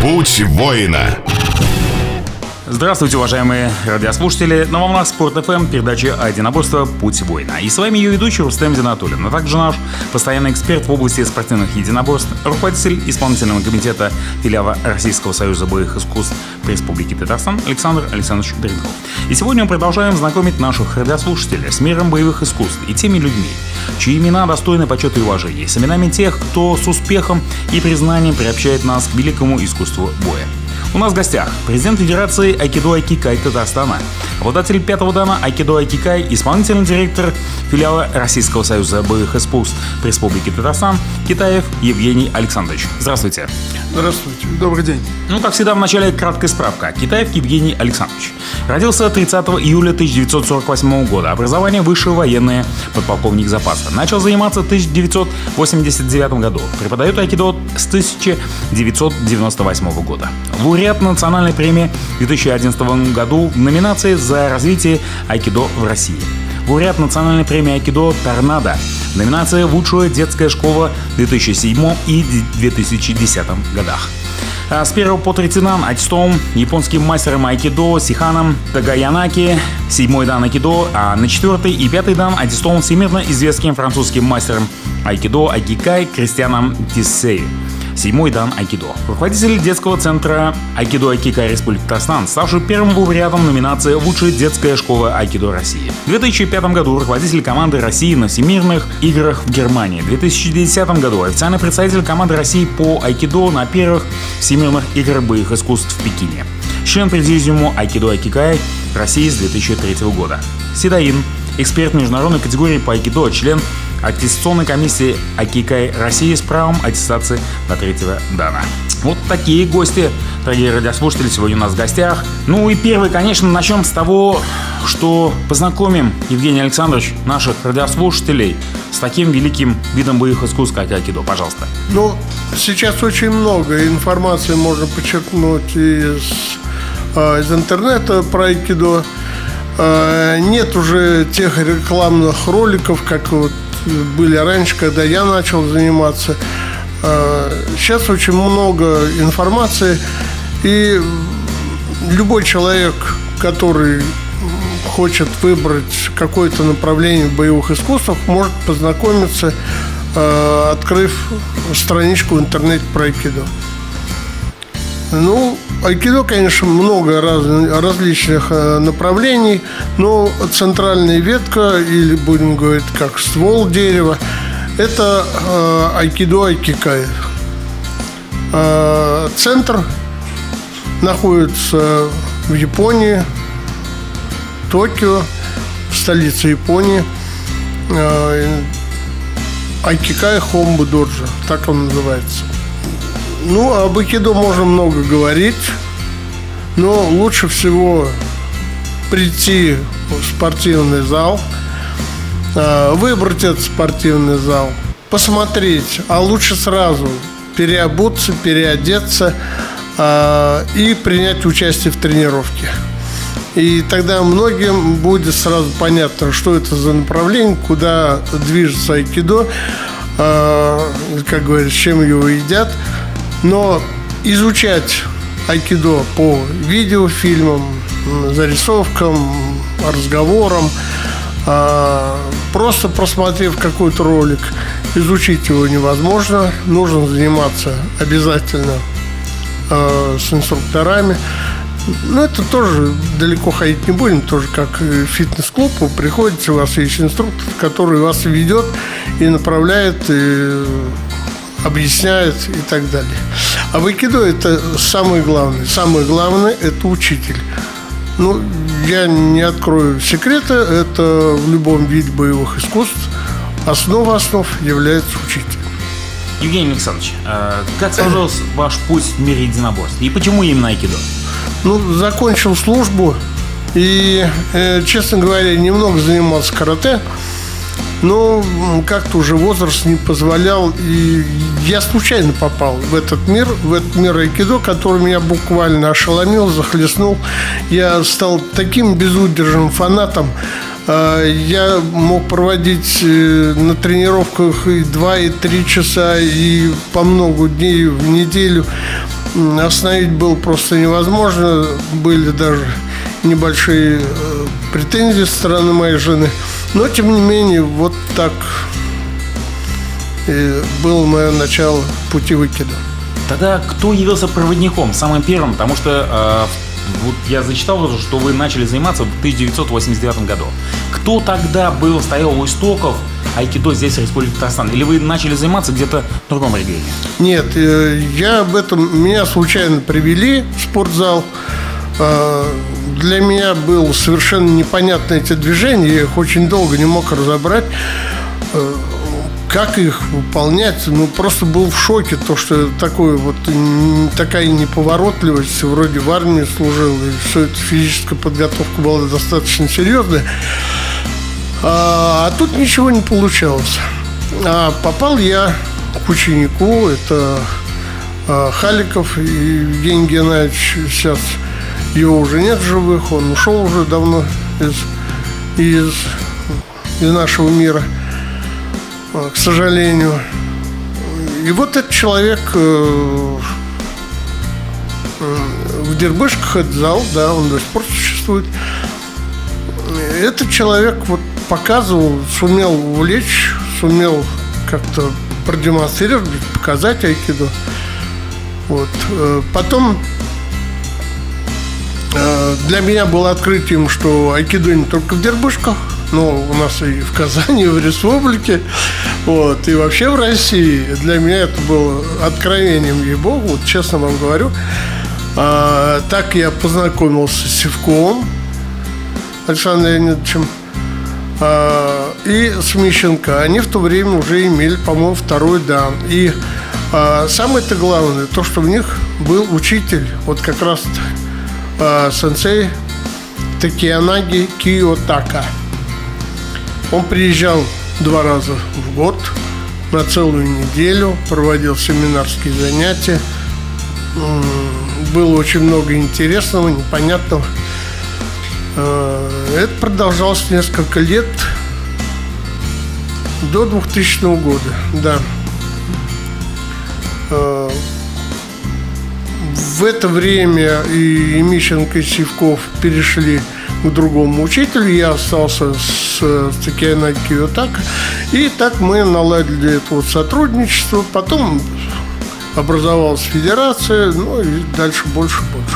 Путь воина. Здравствуйте, уважаемые радиослушатели. На волнах Спорт ФМ передача о единоборстве «Путь воина». И с вами ее ведущий Рустем Зинатуллин, а также наш постоянный эксперт в области спортивных единоборств, руководитель исполнительного комитета филиала Российского союза боевых искусств в Республике Татарстан Александр Александрович Дренков. И сегодня мы продолжаем знакомить наших радиослушателей с миром боевых искусств и теми людьми, чьи имена достойны почета и уважения, с именами тех, кто с успехом и признанием приобщает нас к великому искусству боя. У нас в гостях президент Федерации Айкидо Айкикай Татарстана, обладатель 5-го дана Айкидо Айкикай, исполнительный директор филиала Российского союза боевых искусств в Республике Татарстан Китаев Евгений Александрович. Здравствуйте. Здравствуйте. Добрый день. Как всегда, в начале краткая справка. Китаев Евгений Александрович. Родился 30 июля 1948 года. Образование высшее военное, подполковник запаса. Начал заниматься в 1989 году. Преподает айкидо с 1998 года. Лауреат национальной премии в 2011 году в номинации «За развитие айкидо в России». Лауреат национальной премии айкидо «Торнадо» в номинации «Лучшая детская школа» в 2007 и 2010 годах. С 1 по 3 дан аттестован японским мастером айкидо Сиханом Тагаянаки, 7-й дан айкидо, а на 4-й и 5-й дан аттестован всемирно известным французским мастером айкидо Айкикай Кристианом Тиссеи, 7-й дан айкидо. Руководитель детского центра Айкидо Айкикай Республики Татарстан, ставший первым лауреатом номинации «Лучшая детская школа айкидо России». В 2005 году руководитель команды России на Всемирных играх в Германии. В 2010 году официальный представитель команды России по айкидо на первых Всемирных играх боевых искусств в Пекине. Член президиума Айкидо Айкикай России с 2003 года. Седаин, эксперт международной категории по айкидо, член аттестационной комиссии Айкикай России с правом аттестации до 3-го дана. Вот такие гости, дорогие радиослушатели, сегодня у нас в гостях. И первый, конечно, начнем с того, что познакомим, Евгений Александрович, наших радиослушателей с таким великим видом боевых искусств, как айкидо. Пожалуйста. Сейчас очень много информации можно подчеркнуть из интернета про айкидо. Нет уже тех рекламных роликов, как были раньше, когда я начал заниматься. Сейчас очень много информации, и любой человек, который хочет выбрать какое-то направление в боевых искусствах, может познакомиться, открыв страничку в интернете про айкидо. Айкидо, конечно, много различных направлений, но центральная ветка, или будем говорить как ствол дерева, это Айкидо Айкикай. Центр находится в Японии, Токио, столица Японии. Айкикай Хомбу Доджо, так он называется. Об айкидо можно много говорить, но лучше всего прийти в спортивный зал, выбрать этот спортивный зал, посмотреть, а лучше сразу переобуться, переодеться и принять участие в тренировке. И тогда многим будет сразу понятно, что это за направление, куда движется айкидо, как говорят, с чем его едят. Но изучать айкидо по видеофильмам, зарисовкам, разговорам, просто просмотрев какой-то ролик, изучить его невозможно. Нужно заниматься обязательно с инструкторами. Это тоже далеко ходить не будем, тоже как в фитнес-клуб. Вы приходите, у вас есть инструктор, который вас ведет и направляет, и объясняет и так далее. А в айкидо это самое главное. Самое главное – это учитель. Я не открою секрета, это в любом виде боевых искусств основа основ является учитель. Евгений Александрович, как сложился ваш путь в мире единоборств? И почему именно айкидо? Закончил службу и, честно говоря, немного занимался карате. Но как-то уже возраст не позволял, и я случайно попал в этот мир айкидо, который меня буквально ошеломил, захлестнул. Я стал таким безудержным фанатом. Я мог проводить на тренировках и 2, и 3 часа, и по много дней в неделю. остановить было просто невозможно. Были даже небольшие претензии со стороны моей жены. Но, тем не менее, вот так и было мое начало пути в айкидо. Тогда кто явился проводником, самым первым? Потому что вот я зачитал уже, что вы начали заниматься в 1989 году. Кто тогда стоял у истоков айкидо здесь, в Республике Татарстан? Или вы начали заниматься где-то в другом регионе? Нет, меня случайно привели в спортзал. Для меня было совершенно непонятно эти движения. Я их очень долго не мог разобрать. Как их выполнять? Просто был в шоке. То, что такая неповоротливость. Вроде в армии служил. И все это, физическая подготовка была достаточно серьезная. А тут ничего не получалось. Попал я к ученику. Это Халиков Евгений Геннадьевич. Сейчас его уже нет в живых. Он ушел уже давно из нашего мира, к сожалению. И вот этот человек в Дербышках, этот зал, да, он до сих пор существует. Этот человек показывал, сумел увлечь, сумел как-то продемонстрировать, показать айкидо. Потом для меня было открытием, что айкидо не только в Дербышках, но у нас и в Казани, и в республике, и вообще в России. Для меня это было откровением, ей-богу, честно вам говорю. Так я познакомился с Сивковым Александром Леонидовичем и с Мищенко. Они в то время уже имели, по-моему, второй дан. И самое-то главное, то, что в них был учитель, как раз сенсей Такеянаги Кийотака. Он приезжал 2 раза в год на целую неделю, проводил семинарские занятия. Было очень много интересного, непонятного. Это продолжалось несколько лет, до 2000 года, да. В это время и Мищенко, и Сивков перешли к другому учителю. Я остался с Такеянаги Кийотака. И так мы наладили это сотрудничество. Потом образовалась федерация. И дальше больше.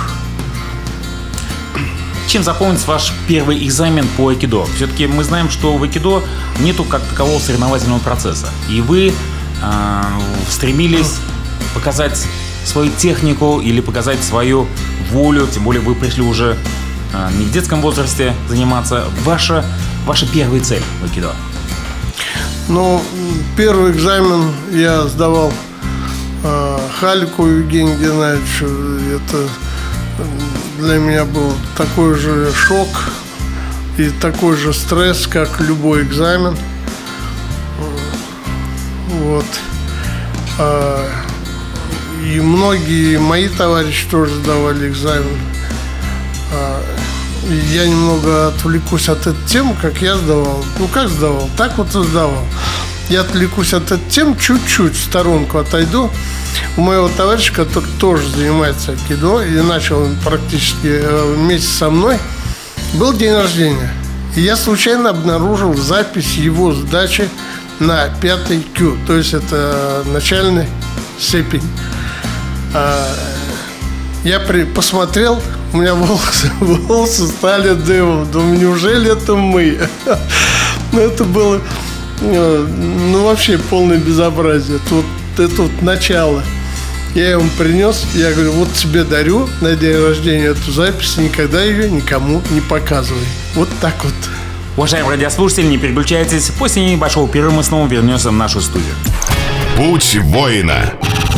Чем запомнится ваш первый экзамен по айкидо? Все-таки мы знаем, что в айкидо нету как такового соревновательного процесса. И вы стремились показать свою технику или показать свою волю. Тем более вы пришли уже не в детском возрасте заниматься. Ваша первая цель в айкидо? Первый экзамен я сдавал Халику Евгению Геннадьевичу. Это для меня был такой же шок и такой же стресс, как любой экзамен. И многие мои товарищи тоже сдавали экзамен. Я немного отвлекусь от этой темы, как я сдавал. Как сдавал? Так и сдавал. Я отвлекусь от этой темы, чуть-чуть в сторонку отойду. У моего товарища, который тоже занимается айкидо и начал он практически вместе со мной, был день рождения. И я случайно обнаружил запись его сдачи на 5-й кю, то есть это начальная степень. Я посмотрел, у меня волосы стали дымом. Думаю, неужели это мы? Это было вообще полное безобразие. Это начало. Я ему принес, я говорю, тебе дарю на день рождения эту запись, никогда ее никому не показывай. Так. Уважаемые радиослушатели, не переключайтесь. После небольшого перерыва мы снова вернемся в нашу студию. Путь воина.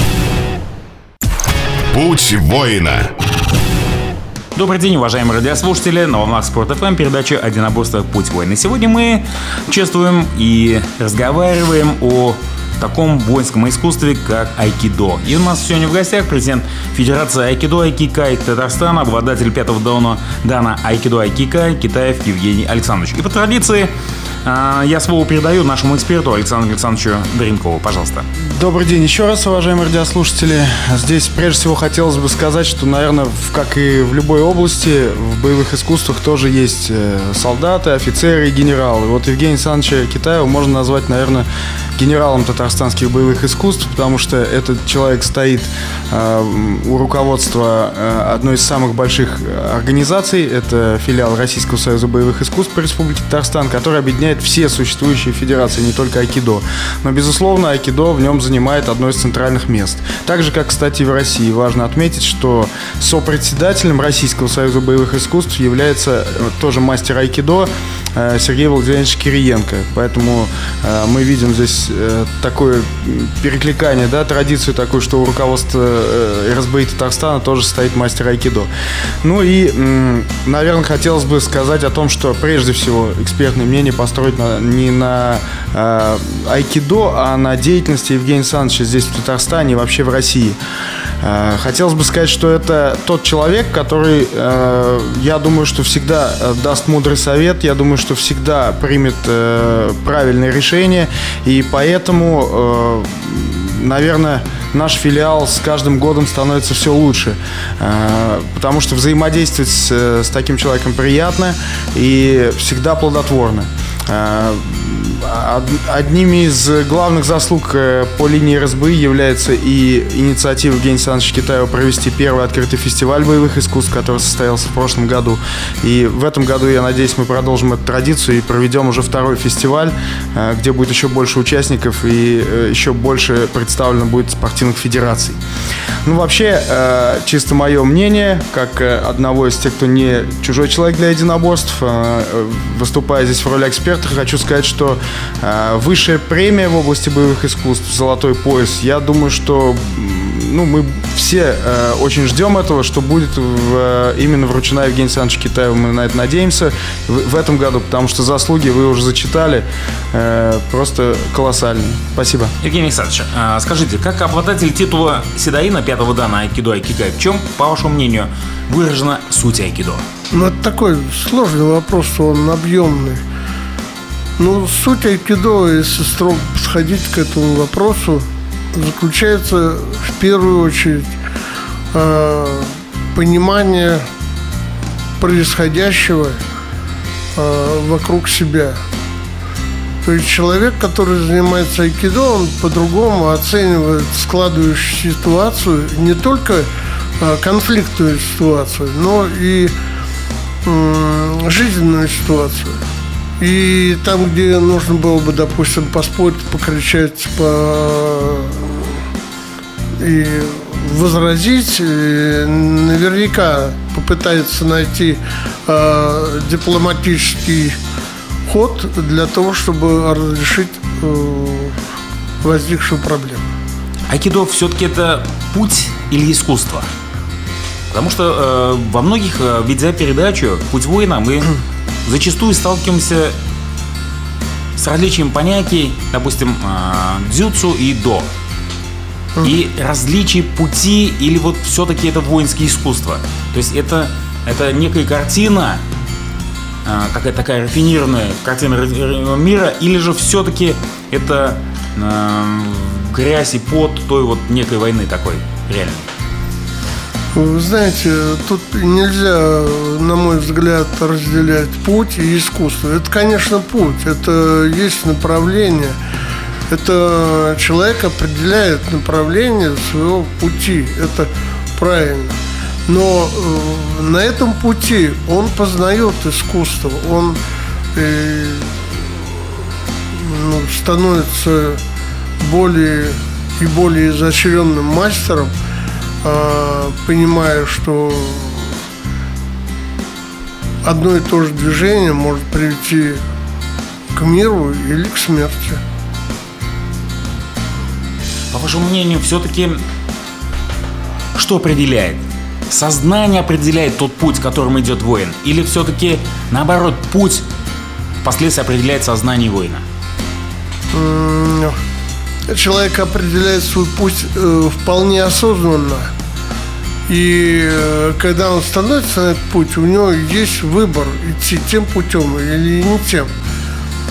Путь воина. Добрый день, уважаемые радиослушатели. На волнах Спорт ФМ передача «Единоборство. Путь воина». Сегодня мы чествуем и разговариваем о таком воинском искусстве, как айкидо. И у нас сегодня в гостях президент Федерации айкидо Айкикай Татарстана, обладатель 5-го дана айкидо Айкикай Китаев Евгений Александрович. И по традиции Я слово передаю нашему эксперту Александру Александровичу Дренкову. Пожалуйста. Добрый день еще раз, уважаемые радиослушатели. Здесь прежде всего хотелось бы сказать, что, наверное, как и в любой области, в боевых искусствах тоже есть солдаты, офицеры и генералы. Вот Евгения Александровича Китаева можно назвать, наверное, генералом татарстанских боевых искусств, потому что этот человек стоит у руководства одной из самых больших организаций. Это филиал Российского союза боевых искусств по Республике Татарстан, который объединяет все существующие федерации, не только айкидо. Но, безусловно, айкидо в нем занимает одно из центральных мест. Так же, как, кстати, и в России. Важно отметить, что сопредседателем Российского союза боевых искусств является тоже мастер айкидо Сергей Владимирович Кириенко. Поэтому мы видим здесь такое перекликание, да, традицию такую, что у руководства РСБИ Татарстана тоже стоит мастер айкидо. Ну и, наверное, хотелось бы сказать о том, что прежде всего экспертное мнение построить не на айкидо, а на деятельности Евгения Александровича здесь, в Татарстане и вообще в России. Хотелось бы сказать, что это тот человек, который, я думаю, что всегда даст мудрый совет, я думаю, что всегда примет правильное решение, и поэтому, наверное, наш филиал с каждым годом становится все лучше, потому что взаимодействовать с таким человеком приятно и всегда плодотворно. Одними из главных заслуг по линии РСБИ является и инициатива Евгения Александровича Китаева провести первый открытый фестиваль боевых искусств, который состоялся в прошлом году. И в этом году, я надеюсь, мы продолжим эту традицию и проведем уже второй фестиваль, где будет еще больше участников и еще больше представлено будет спортивных федераций. Ну, вообще, чисто мое мнение, как одного из тех, кто не чужой человек для единоборств, выступая здесь в роли эксперта, хочу сказать, что высшая премия в области боевых искусств, золотой пояс, я думаю, что мы все очень ждем этого, что будет именно вручена Евгению Александровичу Китаеву. Мы на это надеемся в этом году, потому что заслуги вы уже зачитали просто колоссальные. Спасибо. Евгений Александрович, скажите, как обладатель титула седаина 5-го дана айкидо айкигай, в чем, по вашему мнению, выражена суть айкидо? Это такой сложный вопрос, он объемный. Суть айкидо, если строго подходить к этому вопросу, заключается в первую очередь понимание происходящего вокруг себя. То есть человек, который занимается айкидо, он по-другому оценивает складывающуюся ситуацию, не только конфликтную ситуацию, но и жизненную ситуацию. И там, где нужно было бы, допустим, поспорить, покричать, и возразить, наверняка попытается найти дипломатический ход для того, чтобы разрешить возникшую проблему. Айкидо все-таки это путь или искусство? Потому что во многих, ведя передачу «Путь воина», мы зачастую сталкиваемся с различием понятий, допустим, дзюцу и до. И различий пути, или вот все-таки это воинские искусства. То есть это некая картина, какая-то такая рафинированная картина мира, или же все-таки это грязь и пот той вот некой войны такой реальной? Вы знаете, тут нельзя, на мой взгляд, разделять путь и искусство. Это, конечно, путь, это есть направление. Это человек определяет направление своего пути. Это правильно. Но на этом пути он познает искусство. Он становится более и более изощренным мастером, понимая, что одно и то же движение может привести к миру или к смерти. По вашему мнению, все-таки что определяет? Сознание определяет тот путь, которым идет воин? Или все-таки, наоборот, путь впоследствии определяет сознание воина? Человек определяет свой путь вполне осознанно. И когда он становится на этот путь, у него есть выбор, идти тем путем или не тем.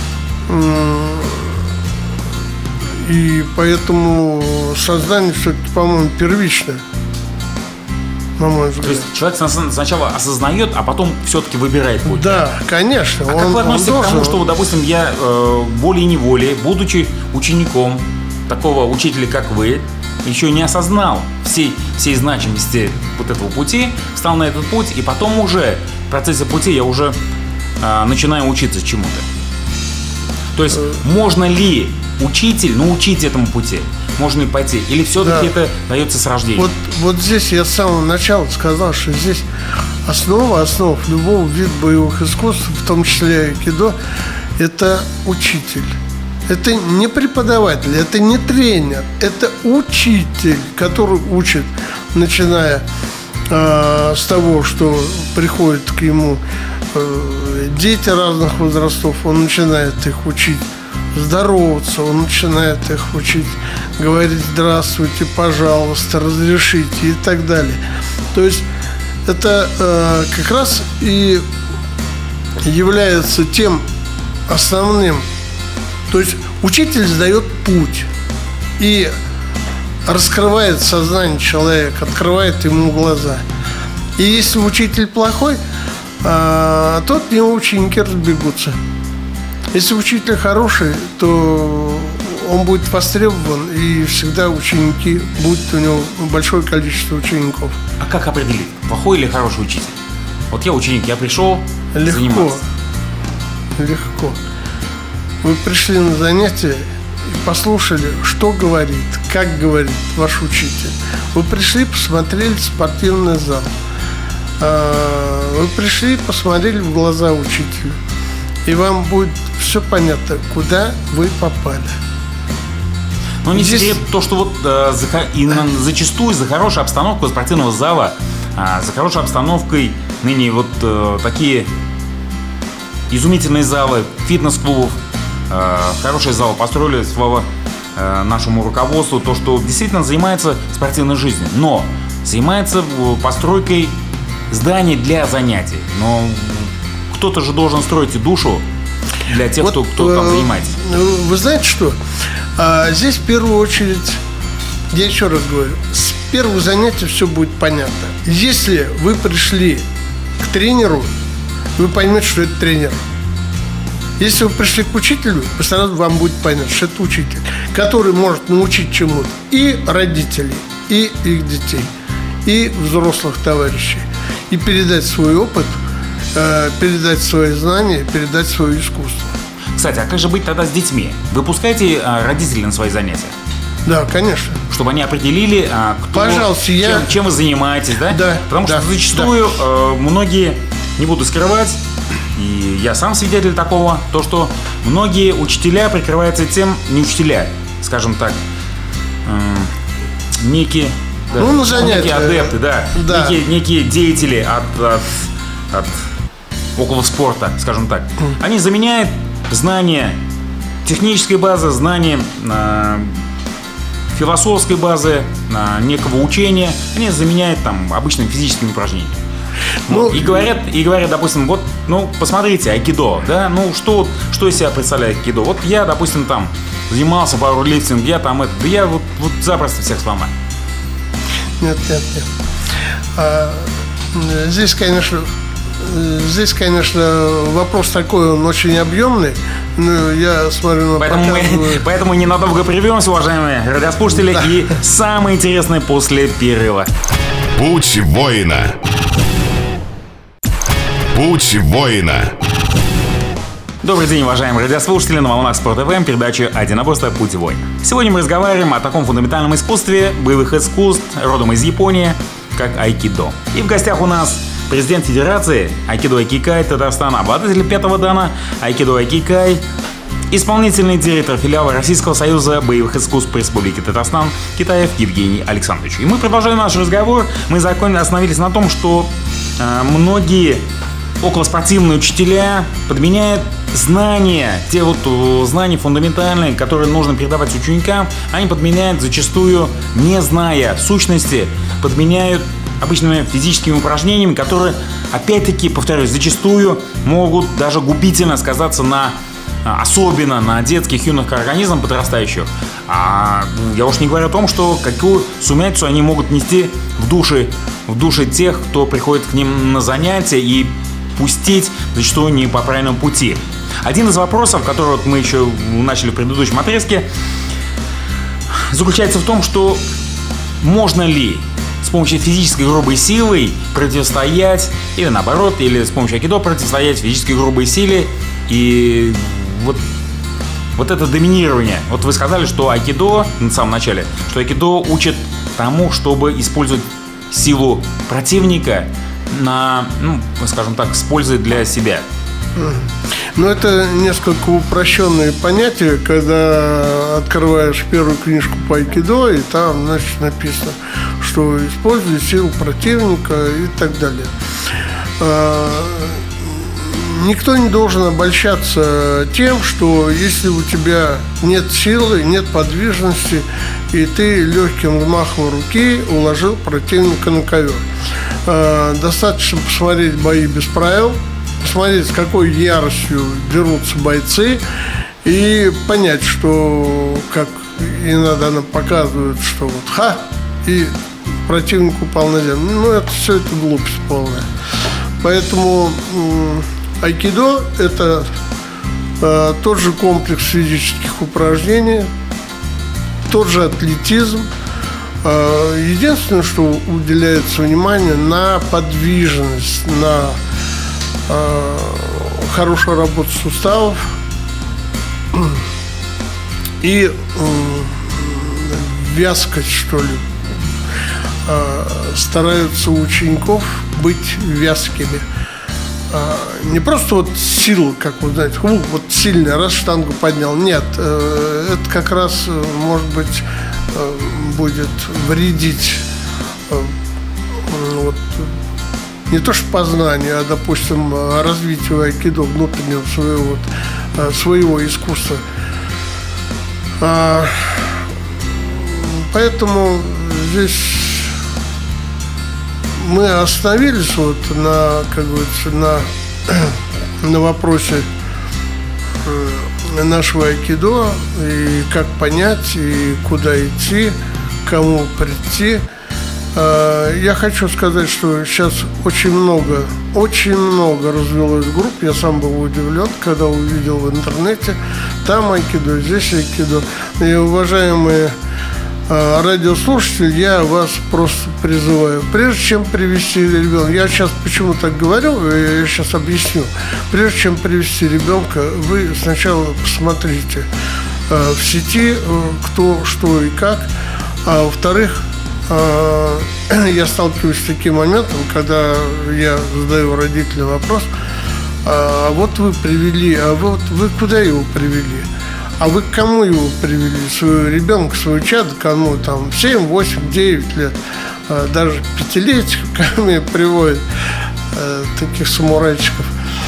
И поэтому сознание все-таки, по-моему, первичное, на мой взгляд. То есть человек сначала осознает, а потом все-таки выбирает путь. Да, конечно. А как вы относитесь к тому, что, допустим, я волей-неволей, будучи учеником такого учителя, как вы, еще не осознал всей значимости вот этого пути, встал на этот путь, и потом уже в процессе пути я уже начинаю учиться чему-то. То есть можно ли учитель научить этому пути? Можно ли пойти? Или все-таки это дается с рождения? Вот здесь я с самого начала сказал, что здесь основа основ любого вида боевых искусств, в том числе айкидо, это учитель. Это не преподаватель, это не тренер, это учитель, который учит, начиная с того, что приходят к ему дети разных возрастов, он начинает их учить здороваться, он начинает их учить говорить «здравствуйте», «пожалуйста», «разрешите» и так далее. То есть это как раз и является тем основным. То есть учитель задает путь и раскрывает сознание человека, открывает ему глаза. И если учитель плохой, то от него ученики разбегутся. Если учитель хороший, то он будет востребован, и всегда ученики, будет у него большое количество учеников. А как определить, плохой или хороший учитель? Вот я ученик, я пришел заниматься. Легко. Вы пришли на занятие и послушали, что говорит, как говорит ваш учитель. Вы пришли, посмотрели спортивный зал. Вы пришли, посмотрели в глаза учителю. И вам будет все понятно, куда вы попали. Но не секрет то, что вот зачастую за хорошую обстановку спортивного зала, за хорошей обстановкой ныне вот такие изумительные залы фитнес-клубов, хорошие залы построили, слава нашему руководству, то, что действительно занимается спортивной жизнью, но занимается постройкой зданий для занятий. Но кто-то же должен строить и душу для тех, кто там занимается. Вы знаете что? Здесь в первую очередь, я еще раз говорю, с первого занятия все будет понятно. Если вы пришли к тренеру, вы поймете, что это тренер. Если вы пришли к учителю, сразу вам будет понятно, что это учитель, который может научить чему-то и родителей, и их детей, и взрослых товарищей, и передать свой опыт, передать свои знания, передать свое искусство. Кстати, а как же быть тогда с детьми? Вы пускаете родителей на свои занятия? Да, конечно. Чтобы они определили, кто, пожалуйста, чем вы занимаетесь, да? Да. Потому что зачастую многие, не буду скрывать, и я сам свидетель такого, то, что многие учителя прикрываются тем, не учителя, скажем так, некие, некие адепты, некие деятели от около спорта, скажем так. Они заменяют знания технической базы, знания философской базы, некого учения, они заменяют там обычными физическими упражнениями. И говорят, допустим, вот, посмотрите, айкидо, да, что из себя представляет айкидо? Вот я, допустим, там занимался пауэрлифтингом, я там я вот запросто всех сломаю. Нет. Здесь, конечно, вопрос такой, он очень объемный. Но я смотрю на Поэтому ненадолго прервемся, уважаемые радиослушатели, и самое интересное после перерыва. Путь воина. Путь воина. Добрый день, уважаемые радиослушатели, на волнах Спорт ФМ, передача «Единоборство. Путь воина». Сегодня мы разговариваем о таком фундаментальном искусстве боевых искусств, родом из Японии, как айкидо. И в гостях у нас президент Федерации айкидо Айкикай Татарстана, обладатель 5-го дана айкидо Айкикай, исполнительный директор филиала Российского союза боевых искусств по Республике Татарстан Китаев Евгений Александрович. И мы продолжаем наш разговор. Мы остановились на том, что многие околоспортивные учителя подменяют знания, те вот знания фундаментальные, которые нужно передавать ученикам, они подменяют зачастую, не зная сущности, подменяют обычными физическими упражнениями, которые, опять-таки, повторюсь, зачастую могут даже губительно сказаться на особенно на детских, юных организмов подрастающих. А я уж не говорю о том, что какую сумятицу они могут нести в душе тех, кто приходит к ним на занятия и пустить зачастую не по правильному пути. Один из вопросов, который вот мы еще начали в предыдущем отрезке, заключается в том, что можно ли с помощью физической грубой силы противостоять, или наоборот, или с помощью айкидо противостоять физической грубой силе. И вот это доминирование. Вот вы сказали, что айкидо, на самом начале, что айкидо учит тому, чтобы использовать силу противника скажем так, с пользой для себя. Но это несколько упрощенное понятие, когда открываешь первую книжку по айкидо, и там, значит, написано, что используй силу противника и так далее. Никто не должен обольщаться тем, что если у тебя нет силы, нет подвижности, и ты легким взмахом руки уложил противника на ковер. Достаточно посмотреть бои без правил, посмотреть, с какой яростью дерутся бойцы, и понять, что, как иногда нам показывают, что вот и противник упал на землю. Это все это глупость полная. Поэтому айкидо – это тот же комплекс физических упражнений, тот же атлетизм. Единственное, что уделяется внимание на подвижность, на хорошую работу суставов и вязкость, что ли. Стараются у учеников быть вязкими. Не просто вот сила, как вы знаете, вот сильно, раз штангу поднял. Нет, это как раз, может быть, будет вредить не то что познанию, а, допустим, развитию айкидо внутреннего своего искусства. Поэтому здесь мы остановились на, как говорится, на вопросе нашего айкидо, и как понять, и куда идти, к кому прийти. Я хочу сказать, что сейчас очень много развелось групп. Я сам был удивлен, когда увидел в интернете. Там айкидо, здесь айкидо. И, уважаемые радиослушатели, я вас просто призываю, прежде чем привести ребенка, я сейчас почему так говорю, я сейчас объясню. Прежде чем привести ребенка, вы сначала посмотрите в сети, кто, что и как. А во-вторых, я сталкиваюсь с таким моментом, когда я задаю родителям вопрос: а вот вы привели, а вот вы куда его привели? А вы к кому его привели? Своего ребенка, своего чада, кому там 7, 8, 9 лет, даже пятилетниками приводят таких самурайчиков.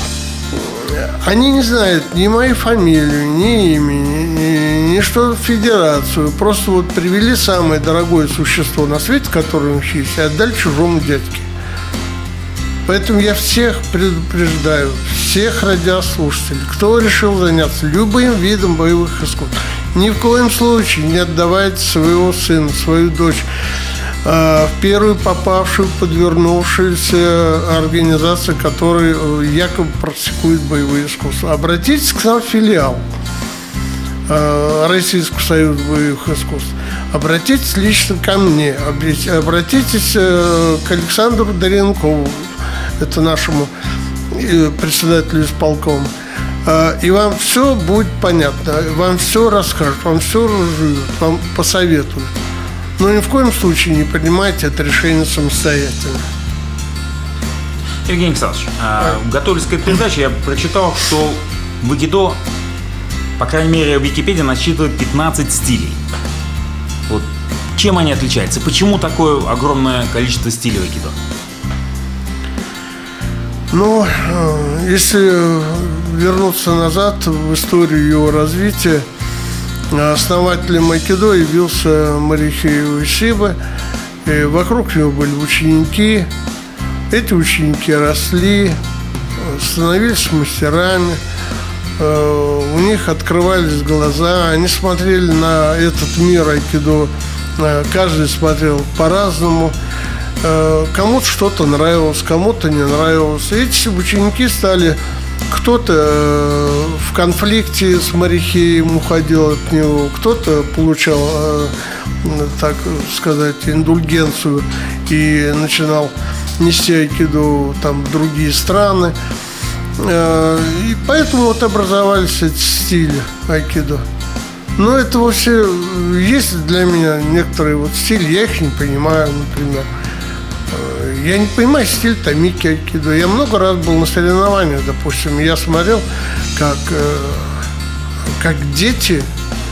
Они не знают ни моей фамилии, ни имени, ни что федерацию. Просто вот привели самое дорогое существо на свете, которое у них есть, и отдали чужому дядьке. Поэтому я всех предупреждаю, всех радиослушателей, кто решил заняться любым видом боевых искусств, ни в коем случае не отдавайте своего сына, свою дочь в первую попавшую, подвернувшуюся организацию, которая якобы практикует боевые искусства. Обратитесь к нам в филиал Российского союза боевых искусств. Обратитесь лично ко мне. Обратитесь к Александру Доренкову, это нашему председателю исполкома. И вам все будет понятно. Вам все расскажут, вам все разжуют, вам посоветуют. Но ни в коем случае не принимайте это решение самостоятельно. Евгений Александрович, готовясь к этой передаче, я прочитал, что в айкидо, по крайней мере, в Википедии насчитывает 15 стилей. Вот чем они отличаются? Почему такое огромное количество стилей в айкидо? Ну, если вернуться назад в историю его развития, основателем айкидо явился Морихей Уэсиба, и вокруг него были ученики. Эти ученики росли, становились мастерами, у них открывались глаза, они смотрели на этот мир айкидо, каждый смотрел по-разному. Кому-то что-то нравилось, кому-то не нравилось. Эти ученики стали, кто-то в конфликте с Марихеем уходил от него, кто-то получал, так сказать, индульгенцию и начинал нести айкидо там в другие страны. И поэтому вот образовались эти стили айкидо. Но это вообще есть для меня некоторые вот стили, я их не понимаю, например. Я не понимаю стиль томики айкидо. Я много раз был на соревнованиях, допустим, я смотрел, как дети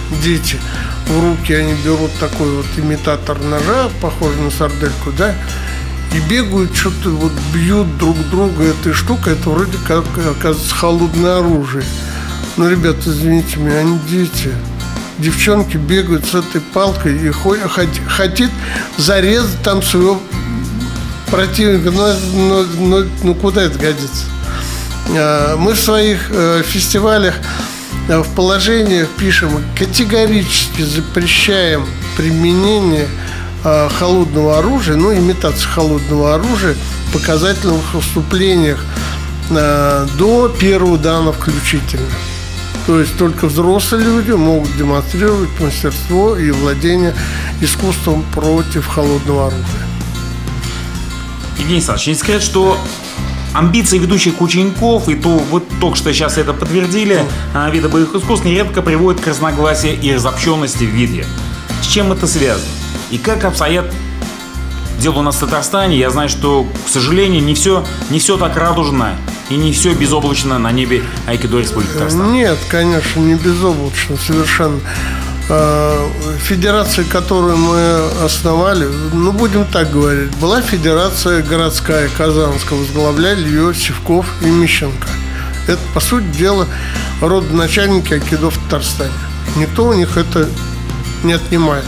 в руки они берут такой вот имитатор ножа, похожий на сардельку, да, и бегают, что-то вот бьют друг друга этой штукой. Это вроде как, оказывается, холодное оружие. Но, ребята, извините меня, они дети. Девчонки бегают с этой палкой и хотят зарезать там своего противника. Ну куда это годится? Мы в своих фестивалях в положениях пишем: категорически запрещаем применение холодного оружия, имитацию холодного оружия в показательных выступлениях до первого дана включительно. То есть только взрослые люди могут демонстрировать мастерство и владение искусством против холодного оружия. Евгений Александрович, не секрет, что амбиции ведущих учеников, и то вы только что сейчас это подтвердили, вида боевых искусств нередко приводят к разногласию и разобщенности в виде. С чем это связано? И как обстоят дела у нас в Татарстане? Я знаю, что, к сожалению, не все так радужно и не все безоблачно на небе айкидо Республики Татарстан. Нет, конечно, не безоблачно совершенно. Федерация, которую мы основали, будем так говорить, была федерация городская, Казанская, возглавляли ее Сивков и Мищенко. Это, по сути дела, родоначальники айкидо в Татарстане. Никто у них это не отнимает.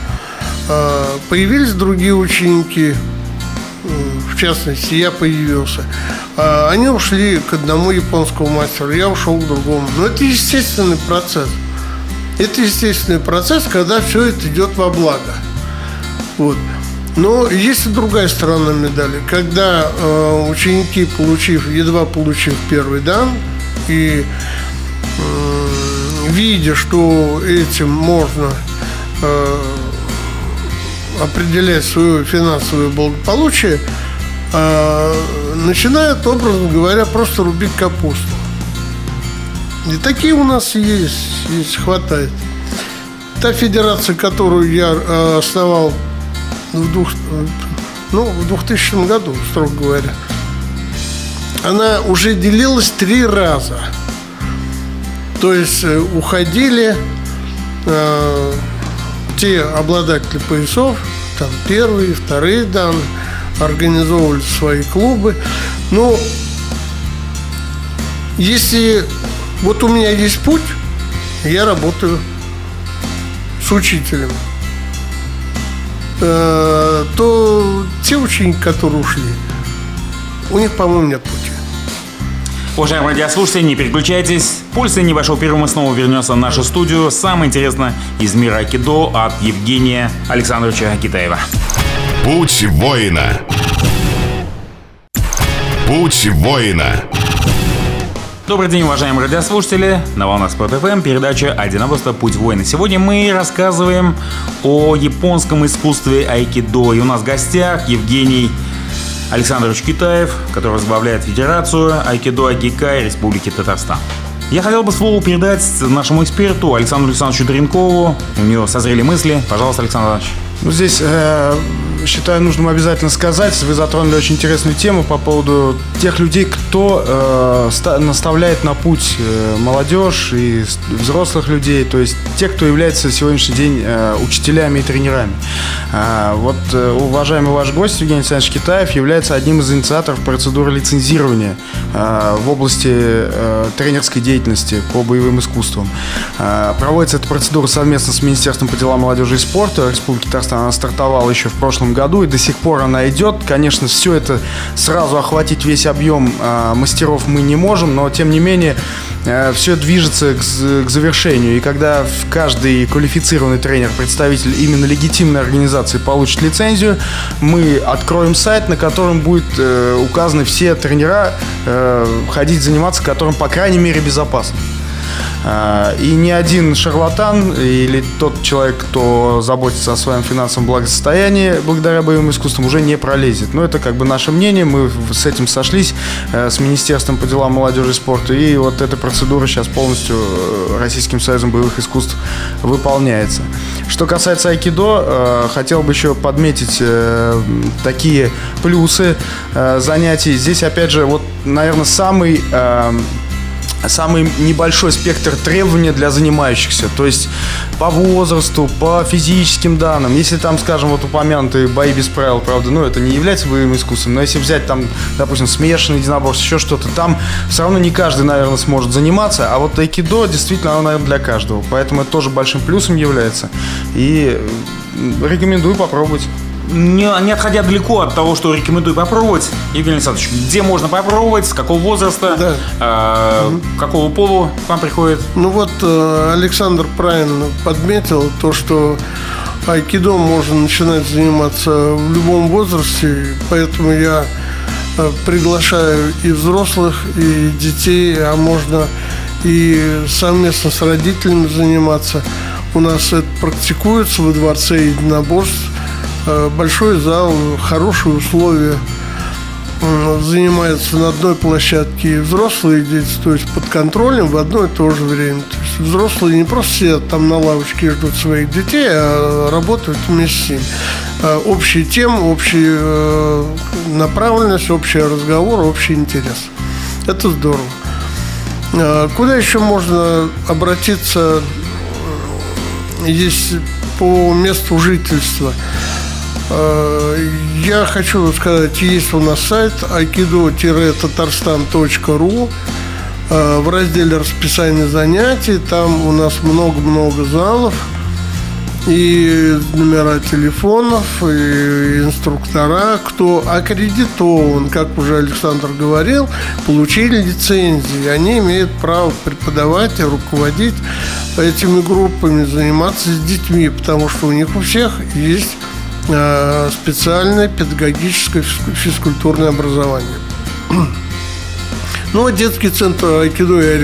Появились другие ученики, в частности, я появился. Они ушли к одному японскому мастеру, я ушел к другому. Но это естественный процесс. Это естественный процесс, когда все это идет во благо. Вот. Но есть и другая сторона медали. Когда ученики, едва получив первый дан, и видя, что этим можно определять свое финансовое благополучие, начинают, образно говоря, просто рубить капусту. И такие у нас есть, хватает. Та федерация, которую я основал в 2000 году, строго говоря, она уже делилась 3 раза. То есть уходили те обладатели поясов, там первые, вторые даны, организовывали свои клубы. Но если вот у меня есть путь, я работаю с учителем, то те ученики, которые ушли, у них, по-моему, нет пути. Уважаемые радиослушатели, не переключайтесь. После небольшого перерыва мы снова вернемся в нашу студию. Самое интересное из мира айкидо от Евгения Александровича Китаева. Путь воина. Путь воина. Добрый день, уважаемые радиослушатели. На волнах Спорт ФМ передача «Единоборство. Путь воина». Сегодня мы рассказываем о японском искусстве айкидо. И у нас в гостях Евгений Александрович Китаев, который возглавляет Федерацию айкидо Акикай Республики Татарстан. Я хотел бы слово передать нашему эксперту Александру Александровичу Дренкову. У него созрели мысли. Пожалуйста, Александр Иванович. Здесь, считаю, нужно обязательно сказать, вы затронули очень интересную тему по поводу тех людей, кто наставляет на путь молодежь и взрослых людей, то есть те, кто является в сегодняшний день учителями и тренерами. Вот уважаемый ваш гость Евгений Александрович Китаев является одним из инициаторов процедуры лицензирования в области тренерской деятельности по боевым искусствам. Проводится эта процедура совместно с Министерством по делам молодежи и спорта Республики Татарстан. Она стартовала еще в прошлом году, и до сих пор она идет. Конечно, все это сразу охватить весь объем мастеров мы не можем, но тем не менее все движется к завершению. И когда каждый квалифицированный тренер, представитель именно легитимной организации получит лицензию, мы откроем сайт, на котором будет указаны все тренера, ходить заниматься, которым, по крайней мере, безопасно. И ни один шарлатан или тот человек, кто заботится о своем финансовом благосостоянии благодаря боевым искусствам, уже не пролезет. Но это как бы наше мнение, мы с этим сошлись с Министерством по делам молодежи и спорта, и вот эта процедура сейчас полностью Российским союзом боевых искусств выполняется. Что касается айкидо, хотел бы еще подметить такие плюсы занятий. Здесь, опять же, вот, наверное, самый небольшой спектр требований для занимающихся. То есть по возрасту, по физическим данным. Если там, скажем, вот упомянутые бои без правил, правда, это не является боевым искусством, но если взять там, допустим, смешанный единоборство, еще что-то, там все равно не каждый, наверное, сможет заниматься. А вот айкидо действительно, оно, наверное, для каждого. Поэтому это тоже большим плюсом является. И рекомендую попробовать. Не отходя далеко от того, что рекомендую попробовать, Евгений Александрович, где можно попробовать, с какого возраста, какого пола к вам приходит? Александр правильно подметил то, что айкидо можно начинать заниматься в любом возрасте, поэтому я приглашаю и взрослых, и детей, а можно и совместно с родителями заниматься. У нас это практикуется во дворце единоборств. Большой зал, хорошие условия. Занимаются на одной площадке и взрослые и дети, то есть под контролем в одно и то же время. То есть взрослые не просто сидят там на лавочке и ждут своих детей, а работают вместе с ними. Общие темы, общая направленность, общий разговор, общий интерес. Это здорово. Куда еще можно обратиться, есть по месту жительства? Я хочу сказать, есть у нас сайт aikido-tatarstan.ru. В разделе расписание занятий там у нас много-много залов, и номера телефонов, и инструктора, кто аккредитован, как уже Александр говорил, получили лицензии, они имеют право преподавать и руководить этими группами, заниматься с детьми, потому что у них у всех есть специальное педагогическое физкультурное образование. Детский центр айкидо я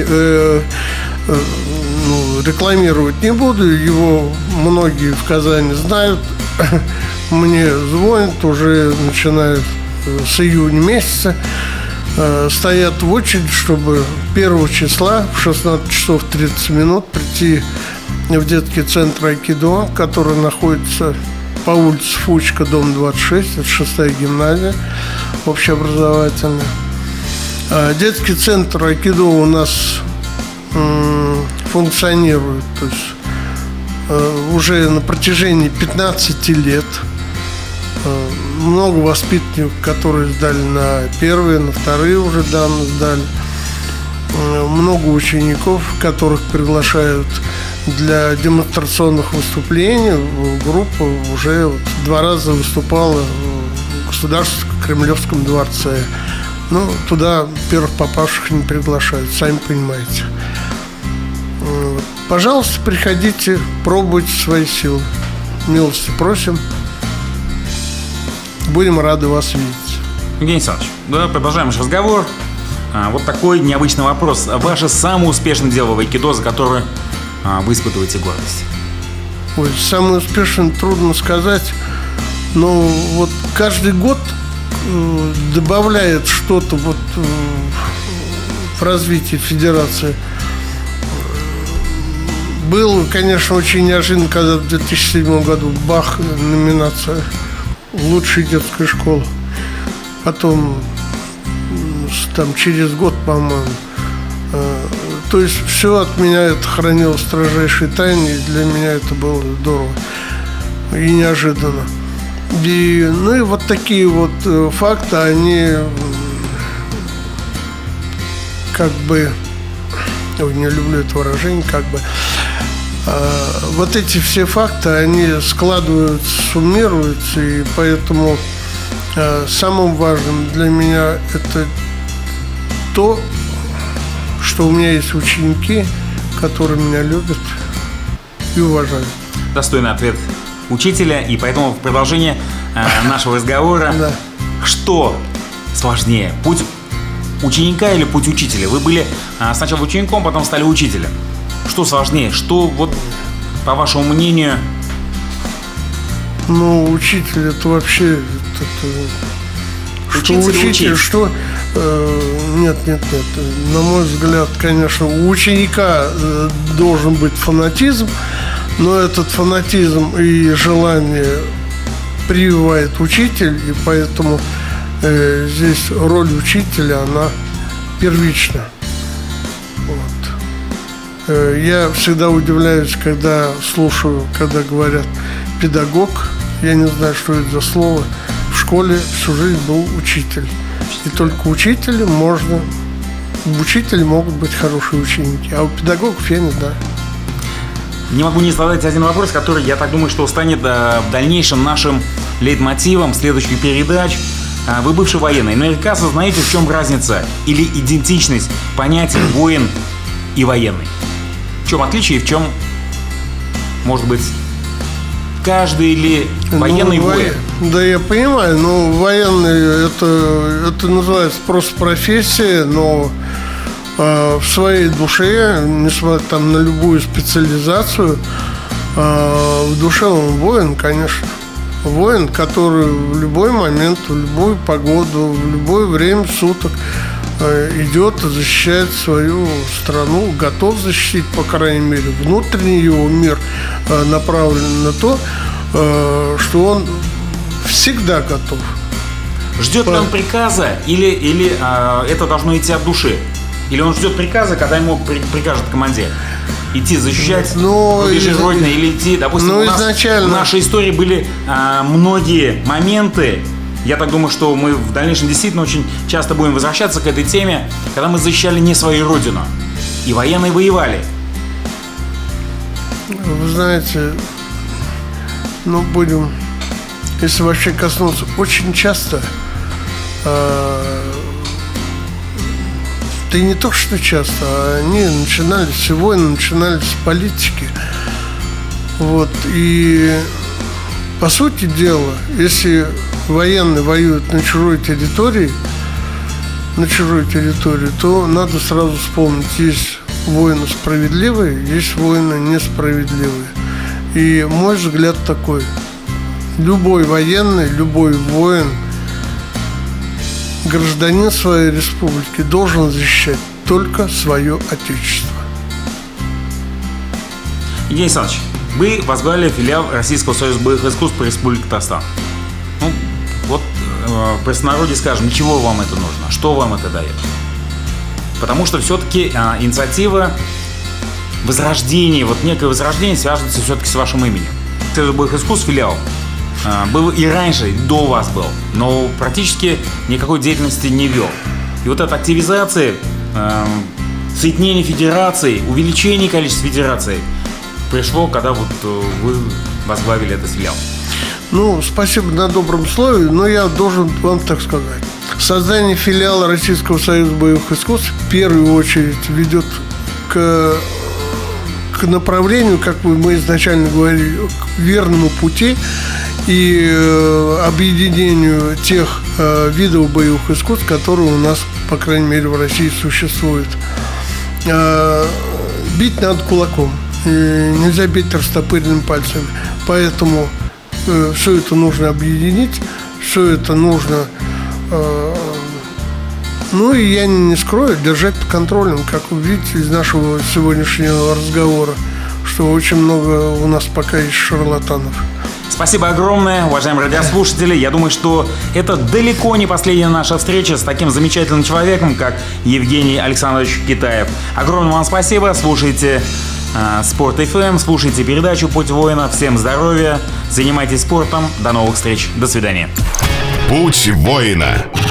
рекламировать не буду. Его многие в Казани знают. Мне звонят, уже начинают с июня месяца. Стоят в очередь, чтобы 1 числа в 16 часов 30 минут прийти в детский центр айкидо, который находится по улице Фучка, дом 26, это 6-я гимназия общеобразовательная. Детский центр айкидо у нас функционирует, то есть уже на протяжении 15 лет. Много воспитанников, которые сдали на первые, на вторые уже данные сдали. Много учеников, которых приглашают для демонстрационных выступлений. Группа уже 2 раза выступала в Государственном Кремлевском дворце. Туда первых попавших не приглашают, сами понимаете. Пожалуйста, приходите, пробуйте свои силы. Милости просим. Будем рады вас видеть. Евгений Александрович, продолжаем наш разговор. Вот такой необычный вопрос. Ваше самое успешное дело в айкидо, за которое вы испытываете гордость? Самое успешное трудно сказать. Но каждый год добавляет что-то в развитии федерации. Было, конечно, очень неожиданно, когда в 2007 году бах, номинация «Лучшая детская школа». Потом через год, по-моему. То есть все от меня это хранило в строжайшей тайне, и для меня это было здорово и неожиданно. И такие факты, они не люблю это выражение, Вот эти все факты, они складываются, суммируются, и поэтому самым важным для меня это то, что у меня есть ученики, которые меня любят и уважают. Достойный ответ учителя, и поэтому в продолжение нашего разговора, что сложнее, путь ученика или путь учителя? Вы были сначала учеником, потом стали учителем. Что сложнее? Что, вот, по вашему мнению? Ну, учитель это вообще... Что учитель, что... Нет. На мой взгляд, конечно, у ученика должен быть фанатизм, но этот фанатизм и желание прививает учитель, и поэтому здесь роль учителя, она первична. Вот. Я всегда удивляюсь, когда слушаю, когда говорят «педагог». Я не знаю, что это за слово. В школе всю жизнь был учитель. И только учителю можно... В учителе могут быть хорошие ученики, а у педагогов я не знаю. Не могу не задать один вопрос, который, я так думаю, что станет в дальнейшем нашим лейтмотивом следующих передач. Вы бывший военный, наверняка осознаете, в чем разница или идентичность понятий воин и военный. В чем отличие и в чем, может быть, каждый или военный воин? Да, я понимаю, но военный это называется просто профессия, но в своей душе, несмотря там на любую специализацию, в душе он воин, конечно. Воин, который в любой момент, в любую погоду, в любое время суток идет и защищает свою страну, готов защитить, по крайней мере, внутренний его мир направлен на то, что он всегда готов. Ждет ли он приказа или это должно идти от души? Или он ждет приказа, когда ему прикажет командир идти защищать рубежи Родины, или идти, допустим, в нашей истории были многие моменты. Я так думаю, что мы в дальнейшем действительно очень часто будем возвращаться к этой теме, когда мы защищали не свою родину. И военные воевали. Вы знаете, будем, если вообще коснуться, очень часто, да и не то, что часто, а они все войны начинались с политики. Вот, и по сути дела, если военные воюют на чужой территории, то надо сразу вспомнить, есть воины справедливые, есть воины несправедливые. И мой взгляд такой: любой военный, любой воин, гражданин своей республики должен защищать только свое отечество. Евгений Александрович, вы возглавили филиал Российского союза боевых искусств по Республике Татарстан. В простонародье скажем, для чего вам это нужно? Что вам это дает? Потому что все-таки инициатива возрождения, некое возрождение связывается все-таки с вашим именем. Союз боевых искусств филиал был и раньше, и до вас был, но практически никакой деятельности не вел. И вот эта активизация, соединение федераций, увеличение количества федераций пришло, когда вы возглавили этот филиал. Спасибо на добром слове, но я должен вам так сказать. Создание филиала Российского союза боевых искусств в первую очередь ведет к направлению, как мы изначально говорили, к верному пути и объединению тех видов боевых искусств, которые у нас, по крайней мере, в России существуют. Бить надо кулаком, нельзя бить растопыренными пальцами. Поэтому все это нужно объединить, все это нужно, и я не скрою, держать под контролем, как вы видите из нашего сегодняшнего разговора, что очень много у нас пока есть шарлатанов. Спасибо огромное, уважаемые радиослушатели. Я думаю, что это далеко не последняя наша встреча с таким замечательным человеком, как Евгений Александрович Китаев. Огромное вам спасибо. Слушайте Спорт ФМ, слушайте передачу «Путь воина». Всем здоровья, занимайтесь спортом. До новых встреч. До свидания. Путь воина.